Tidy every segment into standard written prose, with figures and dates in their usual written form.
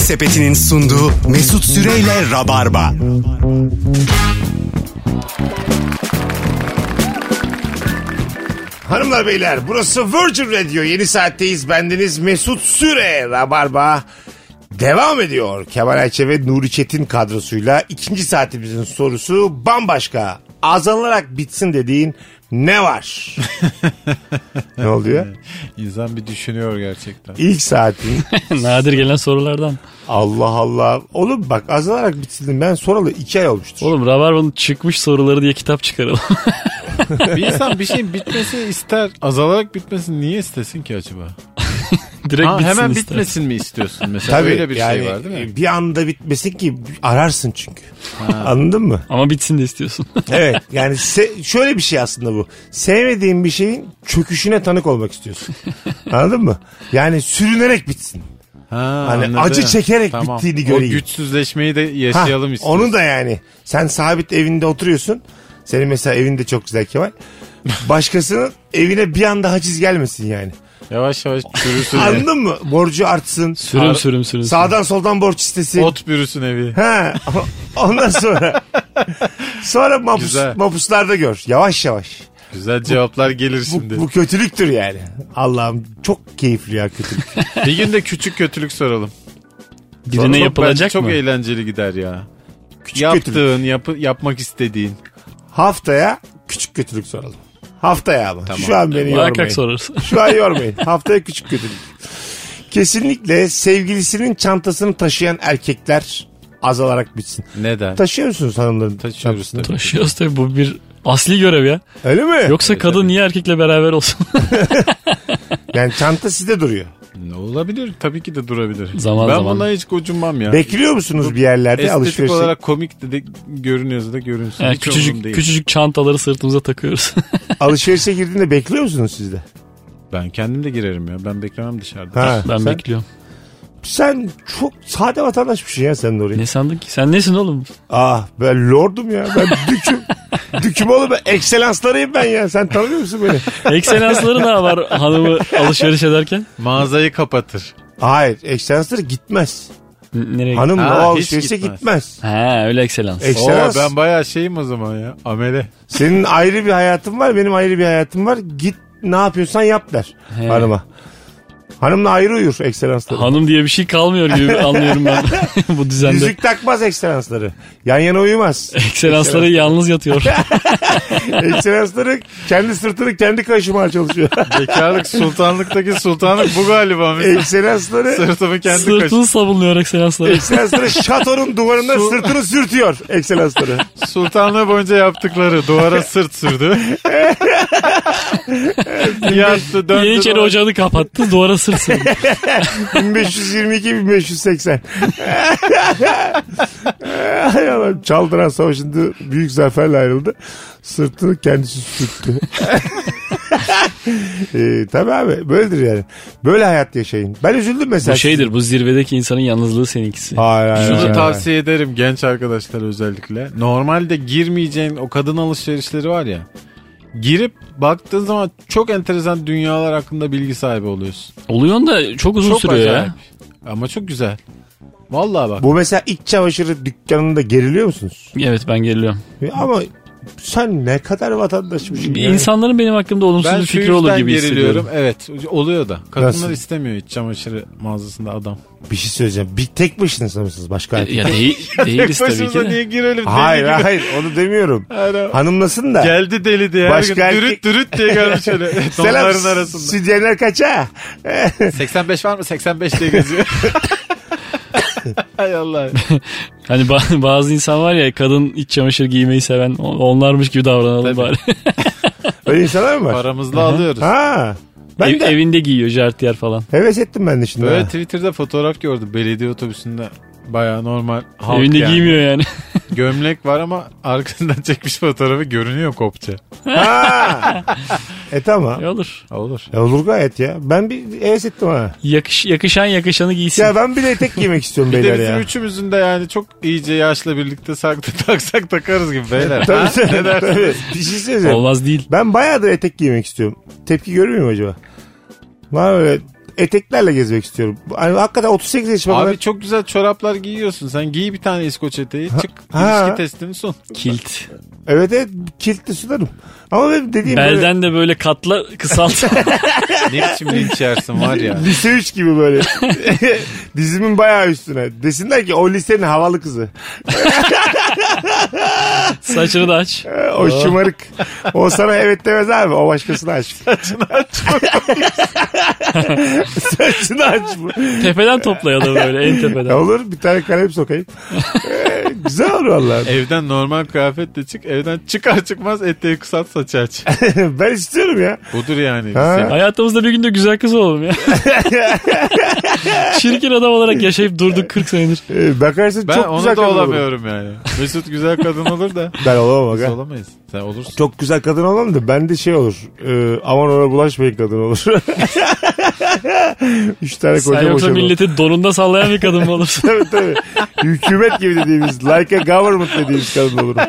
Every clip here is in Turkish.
Sepeti'nin sunduğu Mesut Süreyle Rabarba. Hanımlar beyler, burası Virgin Radio. Yeni saatteyiz. Bendeniz Mesut Süre. Rabarba devam ediyor. Kemal Ayça ve Nuri Çetin kadrosuyla ikinci saatimizin sorusu bambaşka. Azalarak bitsin dediğin ne var? Ne oluyor? İnsan bir düşünüyor gerçekten. İlk saatin. Nadir gelen sorulardan. Allah Allah. Oğlum bak, azalarak bitsin. Ben soralı 2 ay olmuştur. Oğlum Rabarba'nın çıkmış soruları diye kitap çıkaralım. Bir insan bir şeyin bitmesini ister. Azalarak bitmesini niye istesin ki acaba? Direkt bitsin hemen ister. bitmesin mi istiyorsun mesela? Tabii, öyle bir yani şey var değil mi? bir anda bitmesin ki ararsın çünkü. Anladın mı? Ama bitsin de istiyorsun. Evet, yani şöyle bir şey aslında bu. Sevmediğin bir şeyin çöküşüne tanık olmak istiyorsun. Anladın mı? Yani sürünerek bitsin. Hani anladım. acı çekerek bittiğini göreyim. O güçsüzleşmeyi de yaşayalım istiyorsun. Onu da yani. Sen sabit evinde oturuyorsun. Senin mesela evinde çok güzel Kemal. Başkasının evine bir anda haciz gelmesin yani. Yavaş yavaş çürüsün. Anladın mı? Borcu artsın. Sürüm. Sağdan soldan borç istesin. Ot bürüsün evi. Ha. Ondan sonra mapuslarda gör. Yavaş yavaş. Güzel cevaplar gelir şimdi. Bu kötülüktür yani. Allah'ım çok keyifli ya kötülük. Bir gün de küçük kötülük soralım. Birine yapılacak çok mı? Çok eğlenceli gider ya. Küçük Yaptığın, yapmak istediğin. Haftaya küçük kötülük soralım. Haftaya ama. Tamam. Şu an beni yormayın. Sorarız. Şu an yormayın. Haftaya küçük kötülük. Kesinlikle sevgilisinin çantasını taşıyan erkekler azalarak bitsin. Neden? Taşıyor musunuz hanımların Taşıyoruz çantasını? tabii. Taşıyoruz tabii, bu bir asli görev ya. Öyle mi? Yoksa kadın niye erkekle beraber olsun? Yani çanta sizde duruyor. Ne olabilir? Tabii ki de durabilir. Zaman ben zaman. buna hiç gocunmam ya. Bekliyor musunuz bir yerlerde Estetik alışverişe? olarak komik de görünüyorsa da görünsün. Yani Hiç umurumda değil. küçücük çantaları sırtımıza takıyoruz. Alışverişe girdiğinde bekliyor musunuz siz de? Ben kendim de girerim ya. Ben beklemem dışarıda. Ha, Ben sen, bekliyorum. Sen çok sade vatandaşmışsın ya sen de oraya. Ne sandın ki? Sen nesin oğlum? Ben lordum ya. Ben düküm. Düküm oğlum, ben ekselanslarıyım ben ya. Sen tanımıyor musun beni? Ekselansları ne var hanımı alışveriş ederken? Mağazayı kapatır. Hayır, ekselansları gitmez. Nereye? Hanımla Ha, o hiç alışverişe gitmez. Ha, öyle ekselans. Ekselans. Ben bayağı şeyim o zaman ya. Amele. Senin ayrı bir hayatın var, benim ayrı bir hayatım var. Git ne yapıyorsan yap der hanıma. Hanımla ayrı uyur ekselansları. Hanım diye bir şey kalmıyor gibi anlıyorum ben bu düzende. Yüzük takmaz ekselansları. Yan yana uyumaz. Ekselansları yalnız yatıyor. Ekselansları kendi sırtını kendi kaşımaya çalışıyor. Bekarlık sultanlıktaki sultanlık bu galiba. Ekselansları Sırtımı kendi Sırtını kaşım. sabunluyor ekselansları. Ekselansları şatonun duvarında sırtını sürtüyor ekselansları. Sultanlığı boyunca yaptıkları duvara sırt sürdü. Yattı döndü. Yeniçeri ocağını kapattı, duvara sırt sürdü. 1522-1580. Hay Allah, Çaldıran Savaşı'nda büyük zaferle ayrıldı. Sırtını kendisi sürttü. Tabii abi, böyledir yani. Böyle hayat yaşayın. Ben üzüldüm mesela. Bu şeydir, bu zirvedeki insanın yalnızlığı seninkisi. Hayır. Şunu tavsiye ederim genç arkadaşlar özellikle. Normalde girmeyeceğin o kadın alışverişleri var ya. Girip baktığın zaman çok enteresan dünyalar hakkında bilgi sahibi oluyorsun. Oluyor da çok uzun Çok sürüyor acayip. ya. Ama çok güzel. Vallahi bak. Bu mesela iç çamaşırı dükkanında geriliyor musunuz? Evet, ben geliyorum. Ama sen ne kadar vatandaşmışsın ya. İnsanların benim hakkımda olumsuz Ben bir şu fikri olur yüzden gibi hissediyorum. Evet oluyor da. Kadınlar Nasıl? istemiyor iç çamaşırı mağazasında adam. Bir şey söyleyeceğim. Bir tek başınıza mısınız başka? Ya değiliz tabii ki Başımıza de. niye girelim? Hayır Deli gibi. hayır, onu demiyorum. Hayır. Hanımlasın da. Geldi deli diye. Başka Her gün erkek- dürüt diye gelmiş öyle. Selam, Donların arasında. sütyenler kaça? 85 var mı? 85 diye geziyor. Hay Allah. Hani bazı insan var ya, kadın iç çamaşır giymeyi seven, onlarmış gibi davranalım bari. Öyle insanlar mı var? Paramızla alıyoruz. Ha. Ben de Evinde giyiyor jartiyer falan. heves ettim ben de şimdi. Böyle ha. Twitter'da fotoğraf gördüm. Belediye otobüsünde bayağı normal halk Evinde yani. giymiyor yani. Gömlek var ama arkasından çekmiş fotoğrafı görünüyor kopça. Ha. Tamam. Olur. Olur. Olur gayet ya. Ben bir heves ettim ha. Yakışan yakışanı giysin. Ya ben bir de etek giymek istiyorum Bir de beyler bizim ya. üçümüzün de yani çok iyice yaşla birlikte taksak takarız gibi beyler. Tabii, Ha? Ne dersiniz? tabii. Bir şey söyleyeceğim. Olmaz değil. Ben bayağıdır etek giymek istiyorum. Tepki görüyor muyum acaba? Var öyle eteklerle gezmek istiyorum. Hani hakikaten 38 yaşıma Abi kadar. çok güzel çoraplar giyiyorsun. Sen giy bir tane İskoç eteği. Çık Ha. ilişki testini sun. Kilt. Evet kilitli sunarım. Ama benim dediğim böyle Belden de böyle katla kısalt. Ne biçim linç yersin var ya. lise 3 gibi böyle. Dizimin bayağı üstüne. Desinler ki o lisenin havalı kızı. Saçını da aç. O şımarık. O sana evet demez abi. O başkasına aç. Saçını aç. Saçını aç. Tepeden topla ya da böyle en tepeden. Olur bir tane kalem sokayım. Güzel olur vallahi. Evden normal kıyafetle çık. Evden çıkar çıkmaz eteği kısalt saçı aç. Ben istiyorum ya. Budur yani. Ha. Hayatımızda bir günde güzel kız olalım ya. Çirkin adam olarak yaşayıp durduk 40 senedir. Bakarsın Ben çok onu güzel da kadın olurum. olamıyorum yani. Mesut güzel kadın olur da. Ben olamam Biz aga. olamayız. Sen olursun. Çok güzel kadın olamam da bende şey olur. Aman ona bulaşmayın kadın olur. 3 tane Sen koca yoksa boşanma. milleti donunda sallayan bir kadın mı olursun? Tabii tabii. Hükümet gibi dediğimiz, like a government dediğimiz kadın olurum.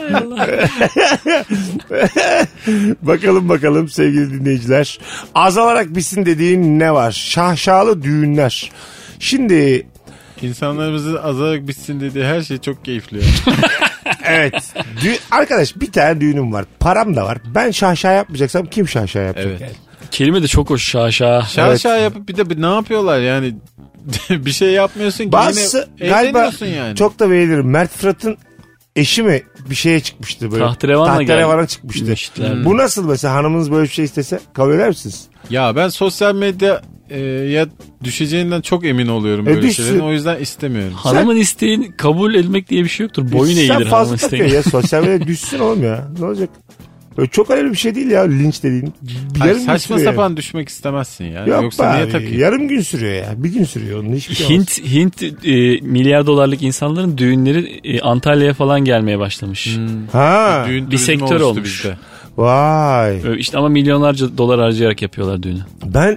Bakalım sevgili dinleyiciler. Azalarak bitsin dediğin ne var? Şahşalı düğünler. Şimdi İnsanlarımızın azalarak bitsin dediği her şey çok keyifli. evet. Arkadaş bir tane düğünüm var. Param da var. Ben şahşa yapmayacaksam kim şahşa yapacak? Evet. Yani? Kelime de çok hoş şaşa. Şaşa yapıp bir de ne yapıyorlar yani? Bir şey yapmıyorsun ki Bazısı yine galiba eğleniyorsun yani. çok da beğenirim. Mert Fırat'ın eşi mi bir şeye çıkmıştı böyle. Tahterevanla Tahterevana çıkmıştı. gelmişler. Bu nasıl mesela hanımınız böyle bir şey istese kabul eder misiniz? Ya ben sosyal medya ya düşeceğinden çok emin oluyorum böyle düşsün. şeylerin. O yüzden istemiyorum. Hanımın isteğini kabul etmek diye bir şey yoktur. Boyun Sen eğilir hanımın fazla takıyor isteğini. ya sosyal medya düşsün oğlum ya. Ne olacak? Öyle çok önemli bir şey değil ya linç dediğin. Hayır, Yarım gün saçma sürüyor sapan düşmek istemezsin ya. Yok Yoksa be niye abi, takayım? yarım gün sürüyor ya. Bir gün sürüyor onun hiçbir şey olmaz. Hint milyar dolarlık insanların düğünleri Antalya'ya falan gelmeye başlamış. Ha. Düğün Bir turizmi sektör oluştu olmuş. bizde. Vay. İşte ama milyonlarca dolar harcayarak yapıyorlar düğünü. Ben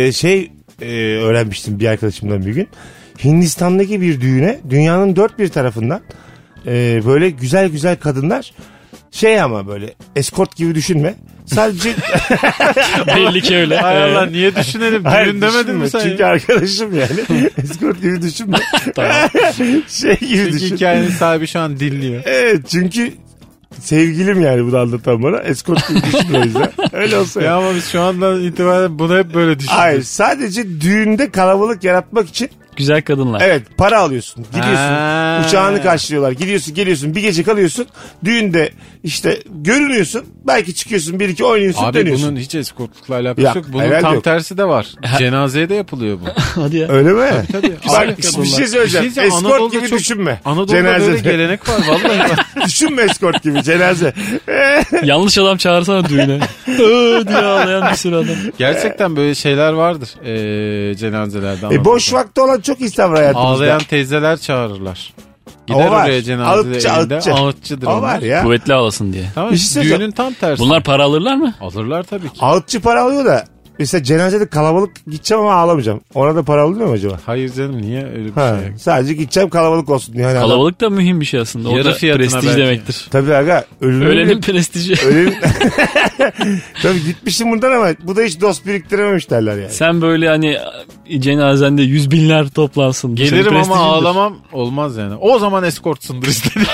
öğrenmiştim bir arkadaşımdan bir gün. Hindistan'daki bir düğüne dünyanın dört bir tarafından böyle güzel güzel kadınlar ama böyle eskort gibi düşünme. Sadece Belli ki öyle. Hay Allah niye düşünelim? hayır, Düğün demedin düşünme. mi sen? Çünkü ya? arkadaşım yani. Eskort gibi düşünme. Tamam. Şey gibi Çünkü düşün. hikayenin sahibi şu an dinliyor. Evet çünkü sevgilim yani bunu anlatan bana. Eskort gibi düşünme o yüzden. Öyle olsa Ya ama biz şu andan itibaren bunu hep böyle düşündük. Hayır sadece düğünde kalabalık yaratmak için Güzel kadınlar. evet para alıyorsun. Gidiyorsun Ha. uçağını karşılıyorlar. Gidiyorsun geliyorsun bir gece kalıyorsun. Düğünde işte görünüyorsun. Belki çıkıyorsun bir iki oynuyorsun Abi dönüyorsun. bunun hiç eskortlukla alakası Yok, yok. Bunun herhalde tam yok. tersi de var. Cenazeye de yapılıyor bu. Hadi ya. Öyle mi? Tabii. Bak Abi, bir şey söyleyeceğim. Bir şey diyeceğim, Eskort Anadolu'da gibi çok- düşünme. Anadolu'da böyle Cenazede. gelenek var vallahi. Düşünme eskort gibi cenaze. Yanlış adam çağırsana düğüne. diye ağlayan bir sürü adam. Gerçekten böyle şeyler vardır cenazelerde. Anadolu'da. Boş vakti olan çok insan var hayatımızda. Ağlayan teyzeler çağırırlar. Gider O var. oraya cenazede Ağıtçı, elinde. ağıtçı. Ağıtçıdır O onlar. var ya. Kuvvetli ağlasın diye. Tamam, Bir şey söyleyeceğim. düğünün tam tersi. Bunlar para alırlar mı? Alırlar tabii ki. Ağıtçı para alıyor da mesela cenazede kalabalık gideceğim ama ağlamayacağım. Ona da para alınıyor mu acaba? Hayır canım niye öyle bir Ha, şey? sadece gideceğim kalabalık olsun diye. Hani adam- Kalabalık da mühim bir şey aslında. O Yarı da fiyatına prestij belki. demektir. Tabii aga. Ölenin prestiji. Ölenin... Tabii gitmişim buradan ama bu da hiç dost biriktirememiş derler yani. Sen böyle hani cenazende yüz binler toplansın. Bu senin Gelirim ama prestijindir. ağlamam olmaz yani. O zaman eskortsundur istedi.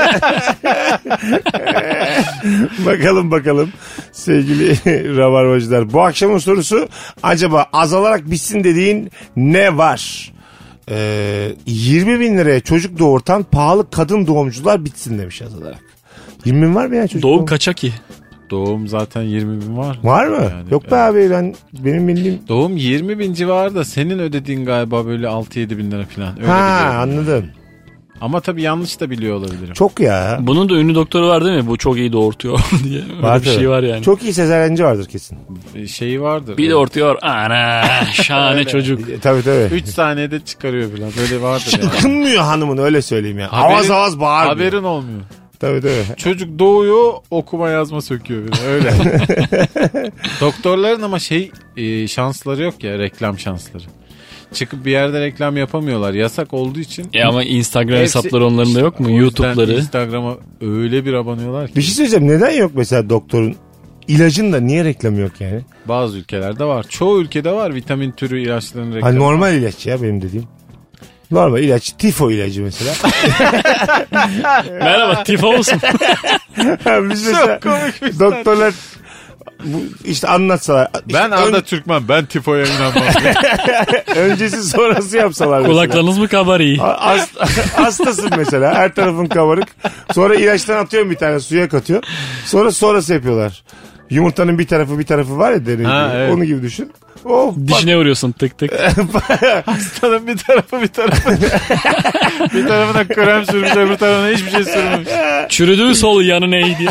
Bakalım sevgili rabarbacılar. Bu akşamın sorusu acaba azalarak bitsin dediğin ne var? 20 bin liraya çocuk doğurtan pahalı kadın doğumcular bitsin demiş azalarak. 20 bin var mı ya çocuk Doğum kaça ki? Doğum zaten 20 bin var. Var mı? Yani, Yok be abi benim bildiğim. Doğum 20 bin civarında, senin ödediğin galiba böyle 6-7 bin lira falan. Öyle Ha biliyorum. anladım. Ama tabii yanlış da biliyor olabilirim. Çok ya. Bunun da ünlü doktoru var değil mi? Bu çok iyi doğurtuyor diye. Öyle Var bir şey tabii. var yani. Çok iyi sezaryenci vardır kesin. Şeyi vardır. Bir doğurtuyor. Ana şahane çocuk. Tabii. 3 saniyede çıkarıyor falan. Böyle vardır yani. Kınmıyor hanımın öyle söyleyeyim ya. Haberin- Avaz bağırmıyor. Haberin olmuyor. Tabii. Çocuk doğuyor, okuma yazma söküyor bile. Öyle. Doktorların ama şansları yok ya, reklam şansları. Çıkıp bir yerde reklam yapamıyorlar. Yasak olduğu için. Ama Instagram Hepsi- hesapları onların da yok mu? O yüzden YouTube'ları. Instagram'a öyle bir abanıyorlar ki. Bir şey söyleyeceğim. Neden yok mesela doktorun ilacın da niye reklamı yok yani? Bazı ülkelerde var. Çoğu ülkede var vitamin türü ilaçların reklamı. Hani normal ilaç ya benim dediğim. Normal ilaç. Tifo ilacı mesela. Merhaba tifo musun? Biz mesela doktorlar işte anlatsalar. Ben Arda Türkmen, ben tifoya inanmam. Öncesi sonrası yapsalar mesela. Kulaklarınız mı kabarıyor? Hastasın mesela, her tarafın kabarık. Sonra ilaçtan atıyorsun bir tane, suya katıyor. Sonrası yapıyorlar. Yumurtanın bir tarafı var ya derin. Evet. Onu gibi düşün. Oh, Dişine vuruyorsun tık tık. Hastanın bir tarafı. Bir tarafına krem sürmüş, öbür tarafına hiçbir şey sürmemiş. Çürüdüğü sol yanı neydi?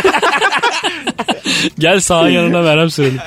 Gel sağ yanına verem sürelim.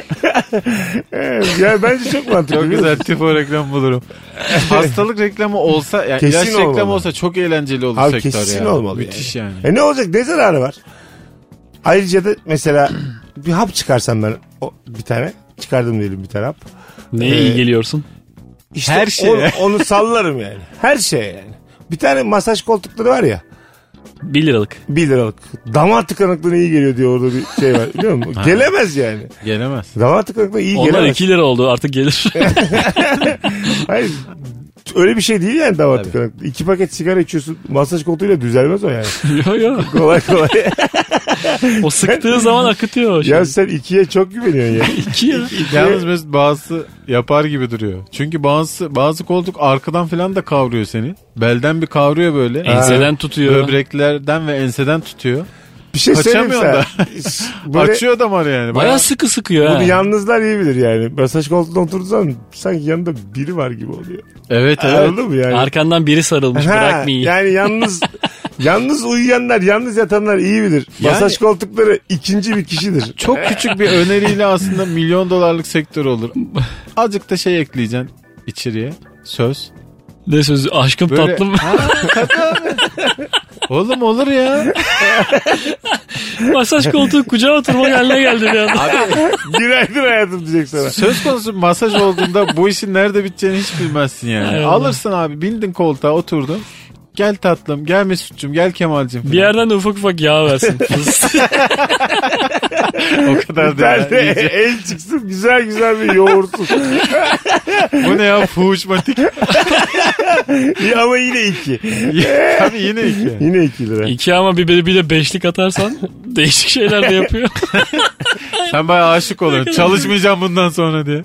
Ya bence çok mantıklı. Çok güzel tifo reklamı bulurum. Hastalık reklamı olsa, yani Kesin ilaç reklamı olmalı. olsa çok eğlenceli olur Abi sektör kesin ya. olmalı Müthiş yani. Ne olacak, ne zararı var? Ayrıca da mesela bir hap çıkarsam ben bir tane çıkardım diyelim, bir tane hap. Neye iyi geliyorsun? İşte Her şeye. onu sallarım yani. Her şeye yani. Bir tane masaj koltukları var ya. 1 liralık. 1 liralık. Damar tıkanıklığına iyi geliyor diyor, orada bir şey var. Biliyor musun? Gelemez yani. Gelemez. Damar tıkanıklığına iyi Onlar gelemez. 2 lira oldu artık gelir. Hayır. Öyle bir şey değil yani damar tıkanıklığı. 2 paket sigara içiyorsun. Masaj koltuğuyla düzelmez o yani. Yo. Kolay. O sıktığı zaman akıtıyor o şey. Ya sen 2'ye çok güveniyorsun ya. 2 ya. Yalnız Mesut bazısı yapar gibi duruyor. Çünkü bazı koltuk arkadan falan da kavruyor seni. Belden bir kavruyor böyle. Enseden tutuyor. Böbreklerden ve enseden tutuyor. Bir şey söyleyeyim Kaçamıyor sana. Böyle, Açıyor damarı yani. Baya sıkı sıkıyor bunu ha. yalnızlar iyi bilir yani. Masaj koltuğunda oturduğun zaman sanki yanında biri var gibi oluyor. Evet. Anladın mı yani? Arkandan biri sarılmış, bırakmayın. Yani yalnız uyuyanlar, yalnız yatanlar iyi bilir. Yani- Masaj koltukları ikinci bir kişidir. Çok küçük bir öneriyle aslında milyon dolarlık sektör olur. Azıcık da şey ekleyeceksin içeriye. Söz. Ne sözü? Aşkım Böyle- tatlım. Tabii abi. Oğlum olur ya. Masaj koltuğu kucağa oturmak haline geldi bir anda. Günaydın hayatım diyecek sana. Söz konusu masaj olduğunda bu işin nerede biteceğini hiç bilmezsin yani. Evet. Alırsın abi, bindin koltuğa, oturdun. Gel tatlım, gel Mesut'cum, gel Kemal'cim falan. Bir yerden de ufak yağ versin. O kadar Bir tane da iyice. el çıksın, güzel bir yoğursun. Bu ne ya, fuhuşmatik. Ama yine 2. Tabii yine iki. Yine 2 lira. 2 ama bir de 5'lik atarsan değişik şeyler de yapıyor. Sen bayağı aşık oluyorsun. Çalışmayacağım bundan sonra diye.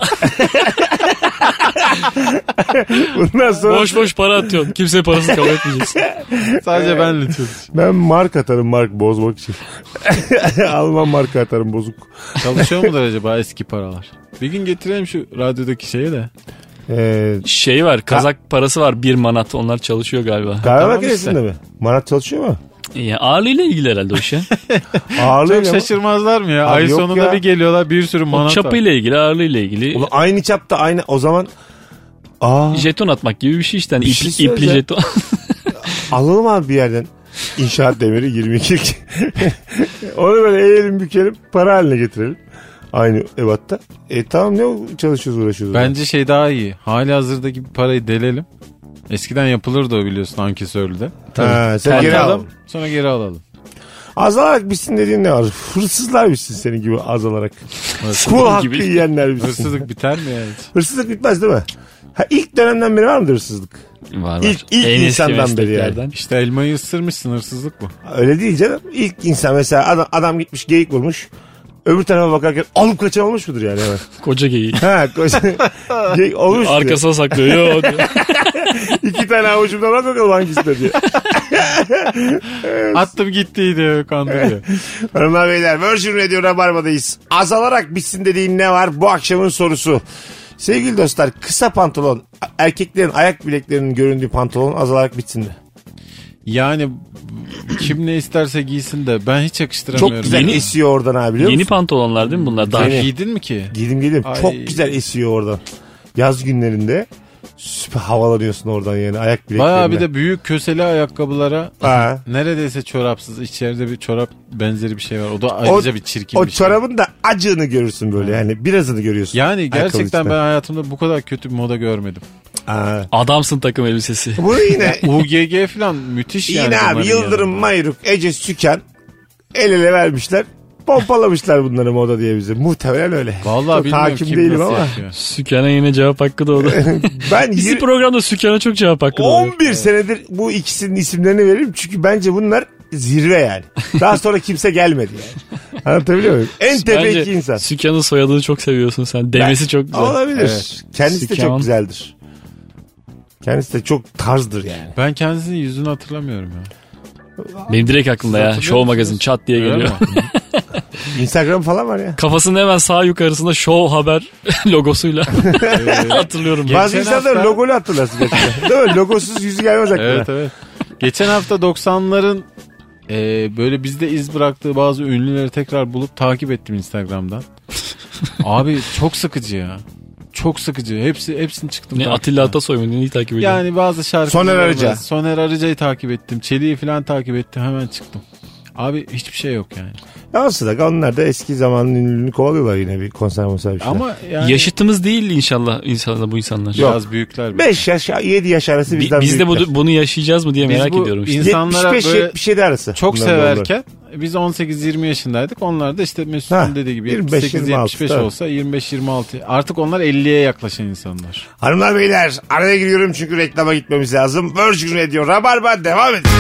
Bundan sonra Boş para atıyorsun. Kimseye parasını kabul etmeyeceksin. Sadece benle çalış. ben mark atarım, mark bozmak için. Alman marka atarım bozuk. Çalışıyor mudur acaba eski paralar? Bir gün getirelim şu radyodaki şeye de. Şey var, kazak parası var 1 manat. Onlar çalışıyor galiba. Kahve Tamam makinesinde işte. mi? Manat çalışıyor mu? Ağırlığıyla ilgili herhalde o şey. Ağırlığıyla Çok mı? şaşırmazlar mı ya? Abi Ay yok sonunda ya. bir geliyorlar, bir sürü O manat var. çapıyla ilgili, ağırlığıyla ilgili. Ulan aynı çapta, aynı o zaman. Jeton atmak gibi bir şey işte. Hani Bir şey ipli söyleyeceğim. jeton. Alalım abi bir yerden. İnşaat demiri 22. Onu böyle eğelim bükelim, para haline getirelim. Aynı ebatta. Tamam, ne çalışıyoruz, uğraşıyoruz. Bence şey daha iyi. Hali hazırdaki parayı delelim. Eskiden yapılırdı o, biliyorsun, ankesörlüde. Ha, sen Tabii. geri al. Alalım, sonra geri alalım. Azalarak bitsin dediğin ne var? Hırsızlar bitsin senin gibi azalarak. Kul hakkı gibi. yiyenler bitsin. Hırsızlık biter mi yani? Hırsızlık bitmez değil mi? Ha, ilk dönemden beri var mıdır hırsızlık? Var. İlk En eski insandan beri yani. mesleklerden. İşte elmayı ısırmışsın, hırsızlık bu. Öyle değil canım. İlk insan mesela adam gitmiş geyik vurmuş. Öbür tarafa bakarken alıp kaçan olmuş mudur yani hemen? Koca geyiği. Ha, geyik olmuş. Arkasına saklıyor. Yo diyor. 2 tane avucumda bak bakalım hangisinde diye. Attım gitti diyor, kandırıyor. Hanımlar beyler, Virgin Radio Rabarba'dayız. Azalarak bitsin dediğin ne var? Bu akşamın sorusu. Sevgili dostlar, kısa pantolon, erkeklerin ayak bileklerinin göründüğü pantolon azalarak bitsin mi? Yani kim ne isterse giysin de ben hiç yakıştıramıyorum. Çok güzel Yeni- esiyor oradan abi, biliyor Yeni musun? pantolonlar değil mi bunlar? Dar. Yeni. Giydin mi ki? Giydim. Ay. Çok güzel esiyor oradan. Yaz günlerinde süper havalanıyorsun oradan yani, ayak bileklerine. Bayağı bir de büyük köseli ayakkabılara Ha. neredeyse çorapsız, içeride bir çorap benzeri bir şey var. O da ayrıca bir çirkin o bir şey. çorabın da acığını görürsün böyle, yani birazını görüyorsun. Yani Ayakkabı gerçekten içinde. ben hayatımda bu kadar kötü bir moda görmedim. Ha. Adamsın takım elbisesi. Bunu yine UGG falan müthiş yani. yine abi bunların Yıldırım yanında. Mayruk, Ece Sükan el ele vermişler. Pompalamışlar bunları moda diye bize. Muhtemelen öyle. Vallahi Çok bilmiyorum hakim kim değilim nasıl ama. yapıyor. Sükan'a yine cevap hakkı doğdu. Ben Bizim programda Sükan'a çok cevap hakkı doğdu. 11 senedir bu ikisinin isimlerini veririm. Çünkü bence bunlar zirve yani. Daha sonra kimse gelmedi yani. Anlatabiliyor muyum? En tepe Bence iki insan. Sükan'ın soyadını çok seviyorsun sen. Demesi çok güzel. Olabilir. Evet. Kendisi de Sükan. çok güzeldir. Kendisi de çok tarzdır yani. Ben kendisinin yüzünü hatırlamıyorum ya. Benim direkt aklımda ya. Hatırlıyor Show musunuz? magazin çat diye Öyle geliyor. mi? Instagram falan var ya. Kafasının hemen sağ yukarısında Show Haber logosuyla. Hatırlıyorum. ben. Bazı Geçen insanlar hafta- logolu hatırlarsın gerçekten. Değil mi? Logosuz yüzü gelmez aklına. Evet evet. Geçen hafta 90'ların böyle bizde iz bıraktığı bazı ünlüleri tekrar bulup takip ettim Instagram'dan. Abi çok sıkıcı ya. Çok sıkıcı. Hepsini çıktım. Ne takip Atilla ettim. Atasoy mu? Neyi takip ediyorsun? Yani bazı şarkıları. Soner Arıca. Soner Arıca'yı takip ettim. Çelik'i falan takip ettim. Hemen çıktım. Abi hiçbir şey yok yani. Aslında onlar da eski zamanın ünlülüğünü kovalıyorlar yine bir konser bir şeyler. Ama yani Yaşıtımız değil inşallah bu insanlar. biraz büyükler. 5 yaş 7 yaş arası bizden Biz de büyükler. bunu yaşayacağız mı diye Biz merak bu ediyorum işte. insanlara böyle 75-77 arası. çok Bunlar da olur. severken biz 18-20 yaşındaydık. Onlar da işte Mesut'un Ha, dediği gibi 25-26 78-75 tabii. olsa 25-26. Artık onlar 50'ye yaklaşan insanlar. Hanımlar beyler araya giriyorum çünkü reklama gitmemiz lazım. Virgin Radio Rabarba devam edin.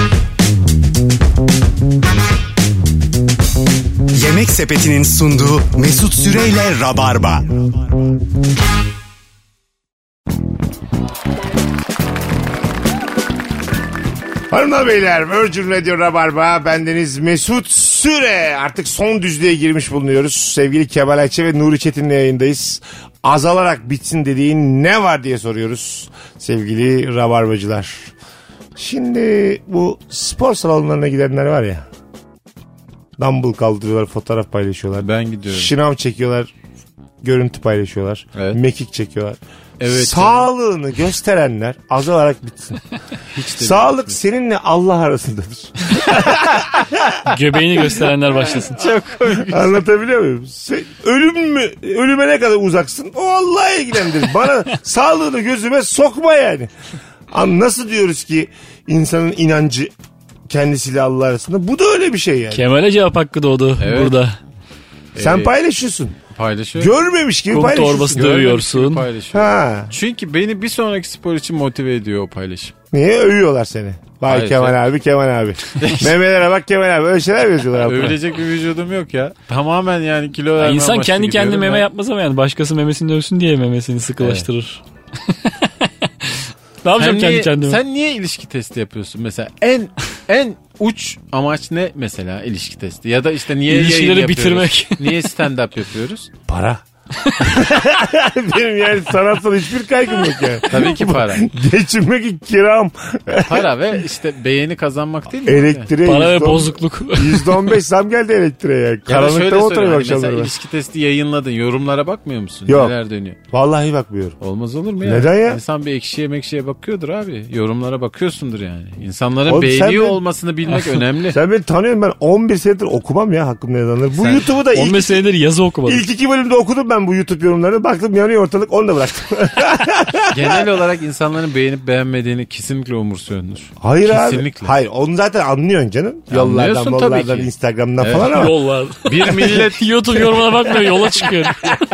Yemek Sepeti'nin sunduğu Mesut Süreyle Rabarba. Hanımlar beyler Virgin Radio Rabarba bendeniz Mesut Süre. Artık son düzlüğe girmiş bulunuyoruz. Sevgili Kemal Ayça ve Nuri Çetin'le yayındayız. Azalarak bitsin dediğin ne var diye soruyoruz sevgili Rabarbacılar. Şimdi bu spor salonlarına gidenler var ya. Dumbbell kaldırıyorlar, fotoğraf paylaşıyorlar. Ben gidiyorum. Şınav çekiyorlar, görüntü paylaşıyorlar. Evet. Mekik çekiyorlar. Evet. Sağlığını gösterenler azalarak bitsin. Hiç de Sağlık seninle Allah arasındadır. Göbeğini gösterenler başlasın. Anlatabiliyor muyum? Ölüm mü? Ölüme ne kadar uzaksın? O Allah'a ilgilendirir. Bana sağlığını gözüme sokma yani. Nasıl diyoruz ki insanın inancı kendisiyle Allah arasında? Bu da öyle bir şey yani. Kemal'e cevap hakkı doğdu Evet. burada. Sen paylaşıyorsun. paylaşıyor. Görmemiş gibi Kum paylaşıyorsun. torbası Görmemiş gibi dövüyorsun. paylaşıyor. Ha. Çünkü beni bir sonraki spor için motive ediyor o paylaşım. Niye? Övüyorlar seni. Vay Hayır, Kemal abi, Kemal abi. Memelere bak Kemal abi. Öyle şeyler mi yazıyorlar altına? Övülecek bir vücudum yok ya. Tamamen yani kilo Ya verme İnsan amaçlı kendi kendine gidiyorum meme ben. yapmaz ama yani başkası memesini dövsün diye memesini sıkılaştırır. Ne yapacağım kendi kendime? Sen niye ilişki testi yapıyorsun mesela? En uç amaç ne mesela ilişki testi? Ya da işte niye yayın İlişkileri yapıyoruz? bitirmek. Niye stand up yapıyoruz? Para. Benim yani sanatsal hiçbir kaygım yok yani. Tabii ki para. Geçinmek kiram. Para ve işte beğeni kazanmak değil mi? Elektriğe Para ve %10 bozukluk. %15 zam geldi elektriğe yani. Ya da Karanlıkta şöyle mı söyleyeyim, oturuyor hani mesela akşamları? ilişki testi yayınladın. Yorumlara bakmıyor musun? Yok. Neler dönüyor? Vallahi bakmıyorum. Olmaz olur mu ya? Neden ya? İnsan bir ekşiye bakıyordur abi. Yorumlara bakıyorsundur yani. İnsanların Oğlum sen beğeniyor de- olmasını bilmek önemli. Sen beni tanıyorsun, ben 11 senedir okumam ya hakkımda yazanları. Bu Sen- YouTube'u da 15 senedir yazı okumadım. ilk 2 bölümde okudum ben bu YouTube yorumlarını. Baktım yanıyor ortalık, onu da bıraktım. Genel olarak insanların beğenip beğenmediğini kesinlikle umursuyordur. Hayır Kesinlikle. abi. Hayır, onu zaten anlıyorsun canım. Yollardan, Anlıyorsun tabii mollardan, ki. Instagram'dan Evet. falan ama. Yollar. Bir millet YouTube yorumuna bakmıyor yola çıkıyor.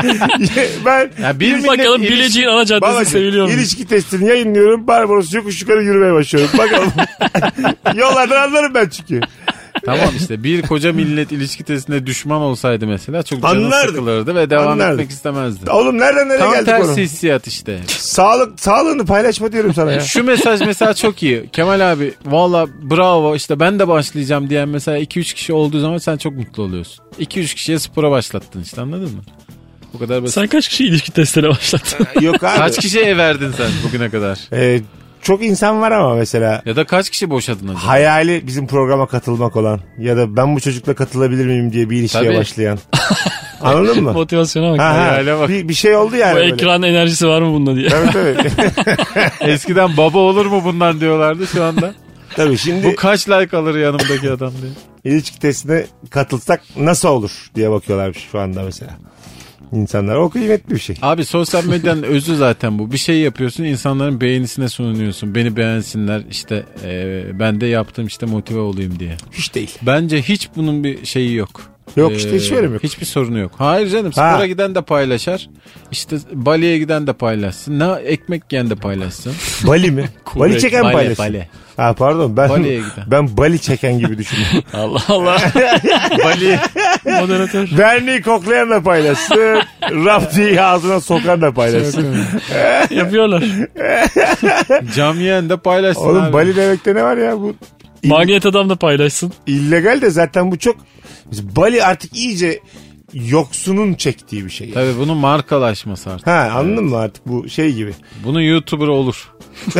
Ben ya Bir bakalım Bilecik'in ana caddesi babacığım, seviliyor mu? ilişki testini yayınlıyorum. Barbaros yokuş yukarı yürümeye başlıyorum. Bakalım. Yollardan anlarım ben çünkü. Tamam işte bir koca millet ilişki testine düşman olsaydı mesela çok canı Anlardık. sıkılırdı ve devam Anlardık. etmek istemezdi. Oğlum nereden nereye Tam geldik tersi onu? hissiyat işte. Sağlığını paylaşma diyorum sana ya. Şu mesaj mesela çok iyi. Kemal abi valla bravo işte ben de başlayacağım diyen mesela 2-3 kişi olduğu zaman sen çok mutlu oluyorsun. 2-3 kişiye spora başlattın işte, anladın mı? Bu kadar basit. Sen kaç kişi ilişki testine başlattın? Yok abi. Kaç kişiye verdin sen bugüne kadar? Çok insan var ama mesela Ya da kaç kişi boşadın acaba? hayali bizim programa katılmak olan ya da ben bu çocukla katılabilir miyim diye bir ilişkiye Tabii. başlayan. Anladın mı? Motivasyona bak. Ha, ha. hayale bak. Bir şey oldu yani. Bu böyle. ekran enerjisi var mı bunda diye. Evet evet. Eskiden baba olur mu bundan diyorlardı şu anda. Tabii şimdi Bu kaç like alır yanımdaki adam diye. ilişki testine katılsak nasıl olur diye bakıyorlarmış şu anda mesela. İnsanlar o kıymetli bir şey. Abi sosyal medyanın özü zaten bu. Bir şey yapıyorsun, insanların beğenisine sunuyorsun. Beni beğensinler işte ben de yaptım işte motive olayım diye. Hiç değil. Bence hiç bunun bir şeyi yok. Yok işte hiç öyle mi yok? Hiçbir sorunu yok. Hayır canım, spora giden de paylaşar. İşte Bali'ye giden de paylaşsın. Ne ekmek yiyen de paylaşsın. Bali mi? Bali çeken Bali, paylaşsın. Bali. Ha pardon Bali'ye giden. ben Bali çeken gibi düşündüm. Allah Allah. Bali. Moderatör. Verniği koklayan da paylaşsın. Raptiyi ağzına sokan da paylaşsın. Yapıyorlar. Cam yiyen de paylaşsın Oğlum abi. Bali demekte ne var ya bu? Magnet adam da paylaşsın. İllegal de zaten bu çok. Bali artık iyice yoksunun çektiği bir şey. Yani. Tabii bunun markalaşması artık. Ha anladın mı artık bu şey gibi. Bunun YouTuber olur.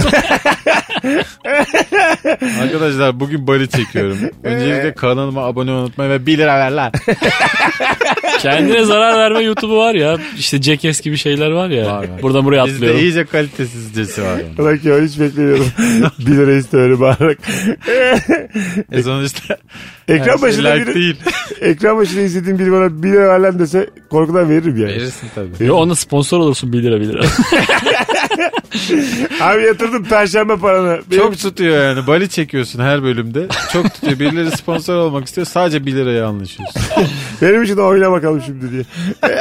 Arkadaşlar bugün Bali çekiyorum. Öncelikle kanalıma abone olmayı unutmayın ve 1 lira ver lan. Kendine zarar verme YouTube'u var ya. İşte Jackass gibi şeyler var ya. Var. Buradan buraya Bizde atlıyorum. iyice kalitesizcesi var. Yani. Ulan ki hiç beklemiyordum. 1 lira istiyorum bağırarak. Sonuçta Ekran başında like biri, değil. ekran başında izlediğim biri bana 1 lira ver lan dese korkudan veririm yani. Verirsin tabii. Yo, ona sponsor olursun 1 lira 1 lira. Abi yatırdım perşembe paranı. Çok tutuyor yani. Bali çekiyorsun her bölümde. Çok tutuyor. Birileri sponsor olmak istiyor. Sadece 1 liraya anlaşıyorsun. Benim için de oyna bakalım şimdi diye.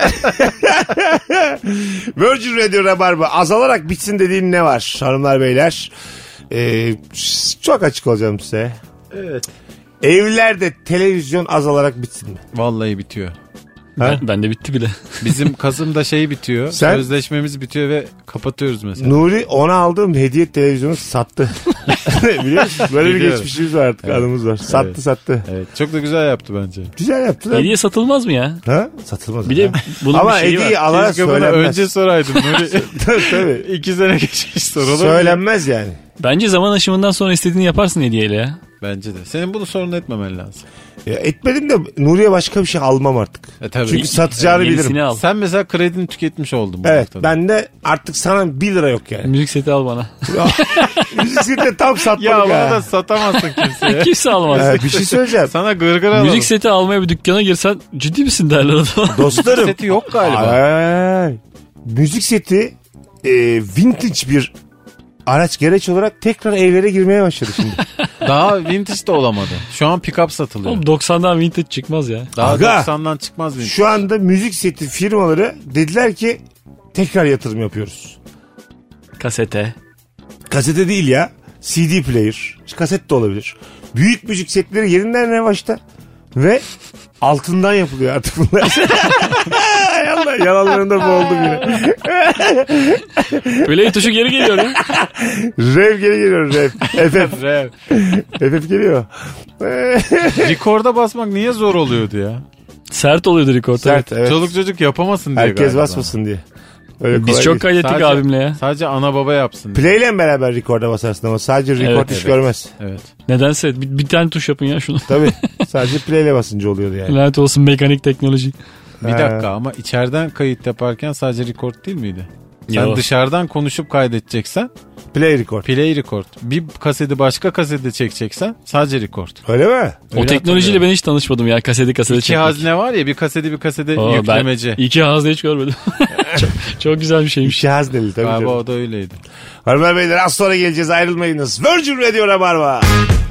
Virgin Radio Rabarba azalarak bitsin dediğin ne var hanımlar beyler? Çok açık olacağım size. Evet. Evlerde televizyon azalarak bitsin mi? Vallahi bitiyor. Ben de bitti bile. Bizim Kasım'da şey bitiyor. Sen? Sözleşmemiz bitiyor ve kapatıyoruz mesela. Nuri ona aldığım hediye televizyonu sattı. Biliyor musun? Böyle bir Biliyorum. geçmişimiz var artık, anımız var. Sattı. Evet. Çok da güzel yaptı bence. Güzel yaptı. Hediye satılmaz mı ya? Ha? Satılmaz. Bir de bunun ama bir şeyi var. hediye alana Keşke bunu söylenmez. önce soraydın Nuri. Tabii. 2 sene geçmiş sorulur. Söylenmez yani. Bence zaman aşımından sonra istediğini yaparsın hediyeyle ya. Bence de. Senin bunu sorun etmemen lazım. Ya etmedim de Nuri'ye başka bir şey almam artık. Tabii. Çünkü satacağını Yenisini bilirim. al. Sen mesela kredini tüketmiş oldun. bu Evet noktada. ben de artık sana 1 lira yok yani. Müzik seti al bana. Müzik seti tam satmadık Ya bunu ha. da satamazsın kimseye. Kimse almaz. Bir şey söyleyeceğim. Sana gırgır alalım. Müzik seti almaya bir dükkana girsen ciddi misin derler adama. Dostlarım. seti yok galiba. Ay, müzik seti vintage bir araç gereç olarak tekrar evlere girmeye başladı şimdi. Daha vintage de olamadı. Şu an pick-up satılıyor. Oğlum 90'dan vintage çıkmaz ya. Daha Aga. 90'dan çıkmaz vintage. Şu anda müzik seti firmaları dediler ki tekrar yatırım yapıyoruz. Kasete. Kasete değil ya. CD player. Kaset de olabilir. Büyük müzik setleri yerinden revaçta. Ve altından yapılıyor artık bunlar. Hay Allah, yalanlarında boğuldum yine. Play tuşu geri geliyor ya. Rev geri geliyor rev. FF. Rev. FF geliyor. Rekorda basmak niye zor oluyordu ya? Sert oluyordu record. Sert evet. Çoluk çocuk yapamasın diye Herkes galiba. basmasın diye. Öyle Biz kolay çok değil. kaydettik Sadece- abimle ya. Sadece ana baba yapsın diye. Play ile beraber rekorda basarsın ama sadece record Evet, hiç evet. görmez. Evet. Nedense bir tane tuş yapın ya şunu. Tabii. Sadece play ile basınca oluyordu yani. Lanet olsun mekanik teknoloji. Bir dakika ama içeriden kayıt yaparken sadece record değil miydi? Sen Yok. dışarıdan konuşup kaydedeceksen Play record. play record. Bir kaseti başka kasede çekeceksen sadece record. Öyle mi? O teknolojiyle hatırlıyorum. ben hiç tanışmadım ya. Kaseti İki çekmek. hazne var ya, bir kasede bir kasede Oo, yüklemeci. Ben 2 hazne hiç görmedim. çok güzel bir şeymiş. İşi hazneli tabii. Galiba canım. o da öyleydi. Hanımlar beyler az sonra geleceğiz, ayrılmayınız. Virgin Radio Rabarba.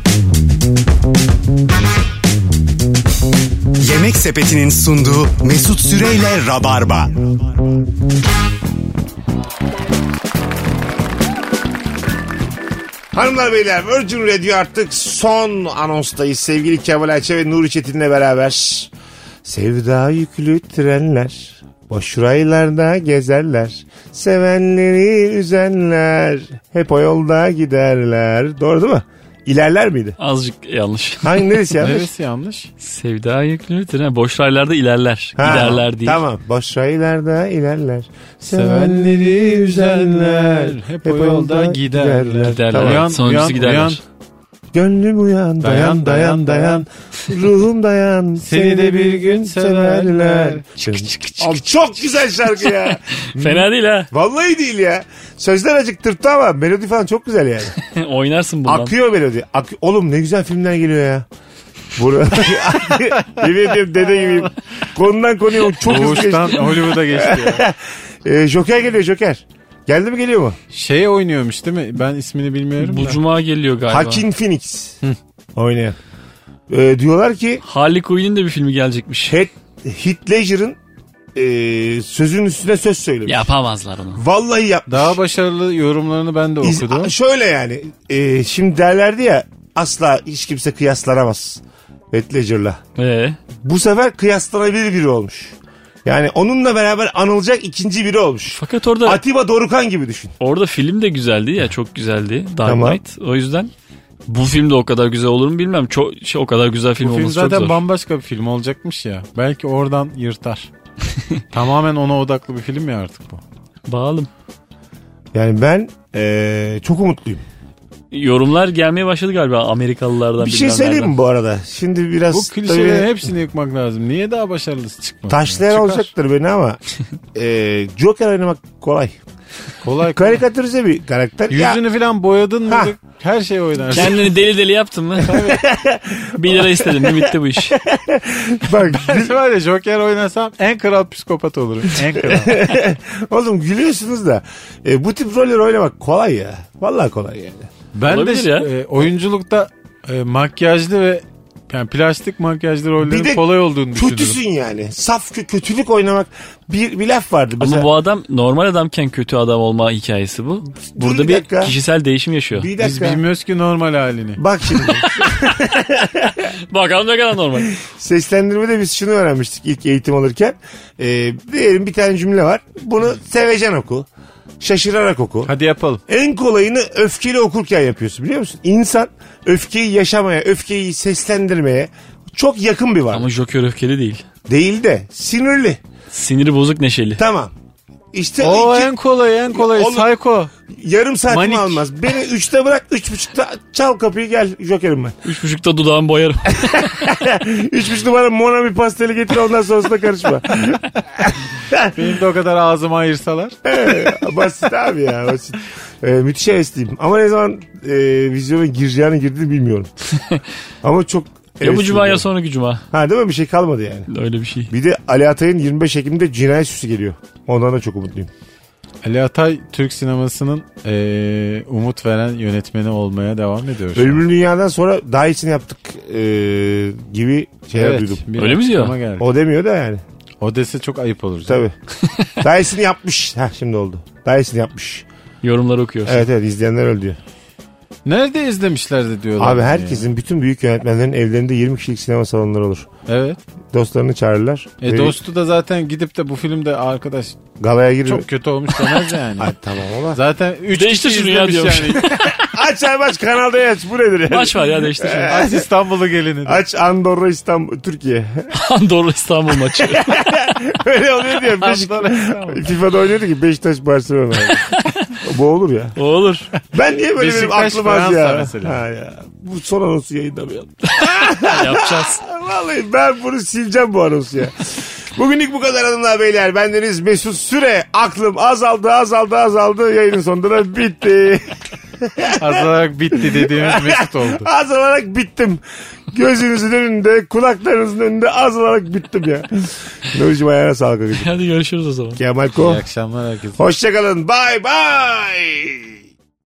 Yemek Sepeti'nin sunduğu Mesut Süreyle Rabarba. Hanımlar beyler Virgin Radio artık son anonstayız. Sevgili Kemal Ayça ve Nuri Çetin'le beraber. Sevda yüklü trenler boş raylarda gezerler. Sevenleri üzenler hep o yolda giderler. Doğru değil mi? İlerler miydi? Azıcık yanlış. Hangi neresi yanlış? Neresi yanlış? Sevda yüklüdür. Ha, boş raylarda ilerler. Ha, Giderler değil. Tamam. Boş raylarda ilerler. Sevenleri üzenler hep o yolda giderler. Giderler. Tamam. Uyan, Sonuncusu uyan, giderler. uyan. Gönlüm uyan, dayan dayan dayan. Ruhum dayan, Seni de bir gün severler. Abi çok güzel şarkı ya. Fena değil ha. Vallahi değil ya. Sözler acıktırttı ama melodi falan çok güzel yani. Oynarsın bundan. Akıyor melodi. Oğlum ne güzel filmler geliyor ya. Yemin ediyorum dede gibiyim. Konudan konuya çok hızlı Doğuştan geçti. Hollywood'a geçti ya. Joker geliyor Joker. Geldi mi geliyor mu? Şey oynuyormuş değil mi? Ben ismini bilmiyorum Bu da. cuma geliyor galiba. Hakim Phoenix. Oynayan. Diyorlar ki Harley Quinn'in de bir filmi gelecekmiş. Heath Ledger'ın sözün üstüne söz söylemiş. Yapamazlar onu. Vallahi yapmış. Daha başarılı yorumlarını ben de okudum. Şöyle yani. Şimdi derlerdi ya, asla hiç kimse kıyaslanamaz Heath Ledger'la. Bu sefer kıyaslanabilir biri olmuş. Yani onunla beraber anılacak ikinci biri olmuş. Fakat orada Atiba Dorukan gibi düşün. orada film de güzeldi ya, çok güzeldi. Dark Tamam. Knight. O yüzden bu film de o kadar güzel olur mu bilmem. Çok o kadar güzel film Bu film olması çok zaten zor. bambaşka bir film olacakmış ya. Belki oradan yırtar. Tamamen ona odaklı bir film ya artık bu. Bağalım. Yani ben çok umutluyum. Yorumlar gelmeye başladı galiba Amerikalılardan. Bir şey söyleyeyim mi bu arada? Şimdi biraz Bu klişelerin hepsini yıkmak lazım. Niye daha başarılısı çıkmadı? taşlayan Çıkar. olacaktır beni ama Joker oynamak kolay. Kolay. Karikatürize bir karakter. Yüzünü falan boyadın mı? Ha. Her şey oynarsın. Kendini deli deli yaptın mı? 1 lira istedin mi bitti bu iş. Bak Var ya, Joker oynasam en kral psikopat olurum. En kral. oğlum gülüyorsunuz da bu tip rolleri oynamak kolay ya. Vallahi kolay yani. Ben Olabilir de ya. oyunculukta makyajlı ve yani plastik makyajlı rollerin Bir de kolay olduğunu düşünüyorum. Kötüsün yani. Saf kötülük oynamak bir laf vardı. Ama Mesela, bu adam normal adamken kötü adam olma hikayesi bu. Burada bir dakika. bir kişisel değişim yaşıyor. bir Biz dakika. bilmiyoruz ki normal halini. Bak şimdi Bakalım ne kadar normal. seslendirmede biz şunu öğrenmiştik ilk eğitim alırken. Diyelim bir tane cümle var. Bunu sevecen oku. Şaşırarak oku. Hadi yapalım. En kolayını öfkeli okurken yapıyorsun, biliyor musun? İnsan öfkeyi yaşamaya, öfkeyi seslendirmeye çok yakın bir varlık. Ama Joker öfkeli değil. Değil de sinirli. Siniri bozuk, neşeli. Tamam. İşte O en kolay. Oğlum, Psycho. yarım saatimi Manik. almaz. Beni 3'te bırak, 3.30'da çal kapıyı, gel Joker'im ben. 3.30'da dudağımı boyarım. 3.30'da bana Mona bir pasteli getir, ondan sonrasında karışma. Benim de o kadar ağzımı ayırsalar. Basit abi ya, basit. Müthiş hevesliyim. Ama ne zaman vizyona gireceğini girdiğini bilmiyorum. Ama çok Ya bu cuma hevesliyim. ya sonraki cuma. Ha, değil mi? Bir şey kalmadı yani. Öyle bir şey. Bir de Ali Atay'ın 25 Ekim'de Cinayet Süsü geliyor. Ondan da çok umutluyum. Ali Atay Türk sinemasının umut veren yönetmeni olmaya devam ediyor. şu an. Ölümlü Dünya'dan sonra daha iyisini yaptık gibi şeyler duydum. bir Öyle mi diyor? açıklama geldi. O demiyor da yani. O dese çok ayıp olur. Tabii. Daha iyisini yapmış. Heh, şimdi oldu. Daha iyisini yapmış. Yorumları okuyorsun. Evet izleyenler öyle diyor. Nerede izlemişlerdi diyorlar. Abi herkesin, bütün büyük yönetmenlerin evlerinde 20 kişilik sinema salonları olur. Evet. Dostlarını çağırırlar. Ve Dostu da zaten gidip de bu filmde arkadaş galaya giriyor. çok kötü olmuş demez yani. Ay, tamam ama. Zaten 3 Değiştir kişi şunu ya izlemiş diyormuş. yani. Aç kanalda aç. Bu nedir yani? Maç var ya, değiştir şunu. Aç İstanbul'u gelini. de. Aç Andorra, İstanbul, Türkiye. Andorra İstanbul maçı. Öyle oluyor diyor. Andorra, İstanbul. FIFA'da oynuyordu ki Beşiktaş Barcelona. Bu olur ya. O olur. Ben niye böyle benim Beşiktaş, aklım az Fransa ya. mesela. Ha ya. Bu son anonsu yayınlamayalım. Yapacağız. Vallahi ben bunu sileceğim, bu anonsu ya. Bugünlük bu kadar hanımlar beyler. Bendeniz Mesut Süre. Aklım azaldı. Yayının sonunda da bitti. Azalarak bitti dediğimiz Mesut oldu. Azalarak bittim. Gözünüzün önünde, kulaklarınızın önünde azalarak bittim ya. Nurcuğum, ayağına sağlık. Hadi görüşürüz o zaman. Kemal Ko. İyi akşamlar herkese. Hoşçakalın. Bye bye.